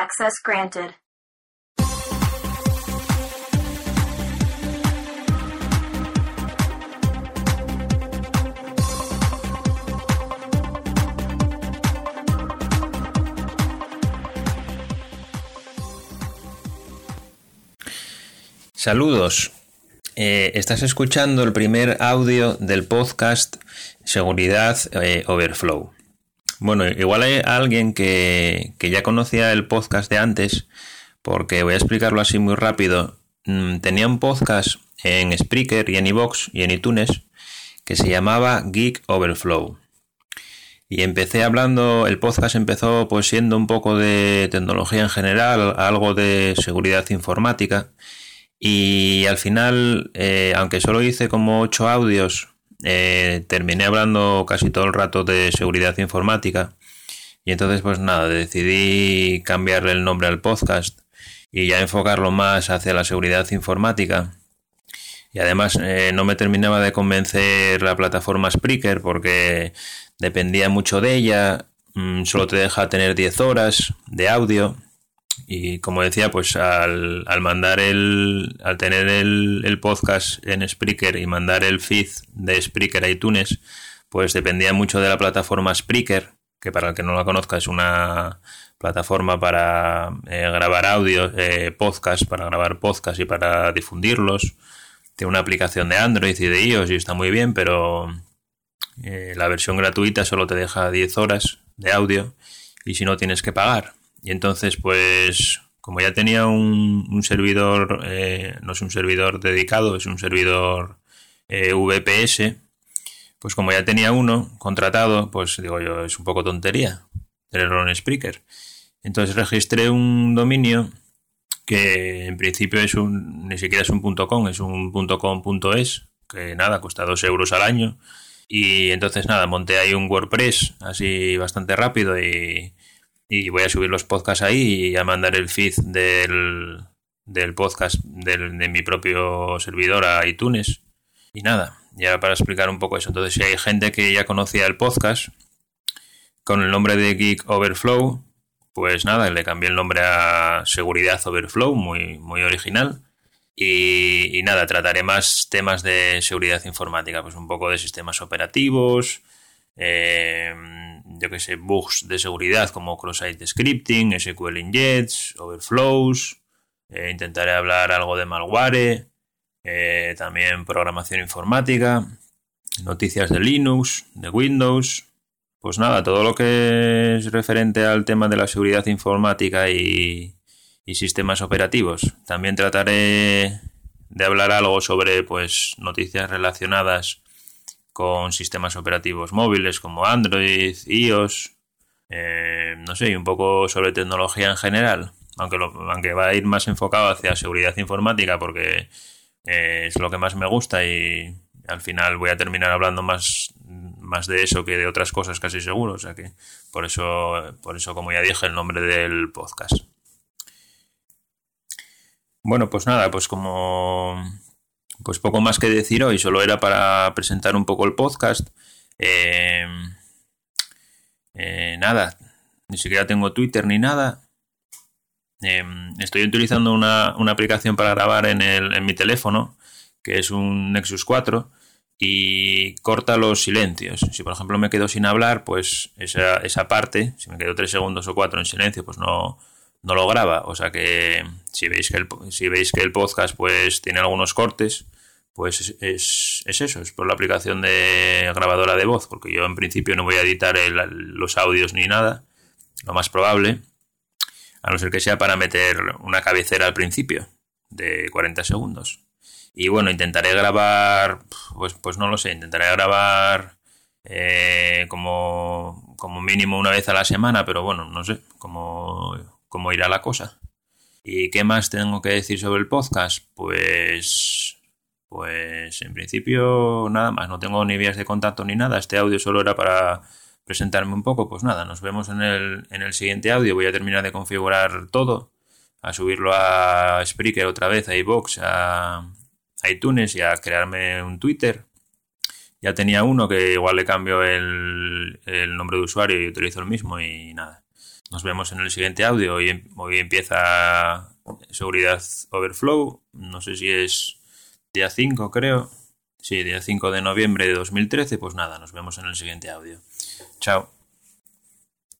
Access granted. Saludos. Estás escuchando el primer audio del podcast Seguridad Overflow. Bueno, igual hay alguien que ya conocía el podcast de antes, porque voy a explicarlo así muy rápido. Tenía un podcast en Spreaker y en iVoox y en iTunes que se llamaba Geek Overflow. Y el podcast empezó pues siendo un poco de tecnología en general, algo de seguridad informática. Y al final, aunque solo hice como 8 audios, terminé hablando casi todo el rato de seguridad informática. Y entonces pues nada, decidí cambiarle el nombre al podcast y ya enfocarlo más hacia la seguridad informática. Y además no me terminaba de convencer la plataforma Spreaker porque dependía mucho de ella, solo te deja tener 10 horas de audio. Y como decía, pues al tener el podcast en Spreaker y mandar el feed de Spreaker a iTunes, pues dependía mucho de la plataforma Spreaker, que para el que no la conozca es una plataforma para grabar audio, para grabar podcast y para difundirlos. Tiene una aplicación de Android y de iOS y está muy bien, pero la versión gratuita solo te deja 10 horas de audio y si no tienes que pagar. Y entonces, pues, como ya tenía un servidor, no es un servidor dedicado, es un servidor VPS, pues como ya tenía uno contratado, pues digo yo, es un poco tontería tenerlo en Spreaker. Entonces registré un dominio que en principio ni siquiera es un .com, es un .com.es, que nada, cuesta 2 euros al año. Y entonces nada, monté ahí un WordPress así bastante rápido y voy a subir los podcasts ahí y a mandar el feed del podcast de mi propio servidor a iTunes. Y nada, ya para explicar un poco eso. Entonces, si hay gente que ya conocía el podcast con el nombre de Geek Overflow, pues nada, le cambié el nombre a Seguridad Overflow, muy, muy original. Y nada, trataré más temas de seguridad informática, pues un poco de sistemas operativos, yo que sé, bugs de seguridad como cross-site scripting, SQL injects, overflows, intentaré hablar algo de malware, también programación informática, noticias de Linux, de Windows, pues nada, todo lo que es referente al tema de la seguridad informática y sistemas operativos. También trataré de hablar algo sobre pues noticias relacionadas con sistemas operativos móviles como Android, iOS, no sé, y un poco sobre tecnología en general, aunque va a ir más enfocado hacia seguridad informática porque es lo que más me gusta y al final voy a terminar hablando más de eso que de otras cosas casi seguro, o sea que por eso como ya dije el nombre del podcast. Bueno, pues nada, pues pues poco más que decir hoy, solo era para presentar un poco el podcast. Nada, ni siquiera tengo Twitter ni nada. Estoy utilizando una aplicación para grabar en mi teléfono, que es un Nexus 4, y corta los silencios. Si por ejemplo me quedo sin hablar, pues esa parte, si me quedo 3 segundos o 4 en silencio, pues no lo graba. O sea que si veis que el podcast pues tiene algunos cortes, pues es eso, es por la aplicación de grabadora de voz, porque yo en principio no voy a editar los audios ni nada, lo más probable, a no ser que sea para meter una cabecera al principio de 40 segundos. Y bueno, intentaré grabar, pues no lo sé, intentaré grabar como mínimo una vez a la semana, pero bueno, no sé cómo irá la cosa. ¿Y qué más tengo que decir sobre el podcast? Pues en principio nada más, no tengo ni vías de contacto ni nada. Este audio solo era para presentarme un poco. Pues nada, nos vemos en el siguiente audio. Voy a terminar de configurar todo, a subirlo a Spreaker otra vez, a iVoox, a iTunes y a crearme un Twitter. Ya tenía uno que igual le cambio el nombre de usuario y utilizo el mismo y nada. Nos vemos en el siguiente audio. Hoy empieza Seguridad Overflow. No sé si es día 5, creo. Sí, día 5 de noviembre de 2013. Pues nada, nos vemos en el siguiente audio. Chao.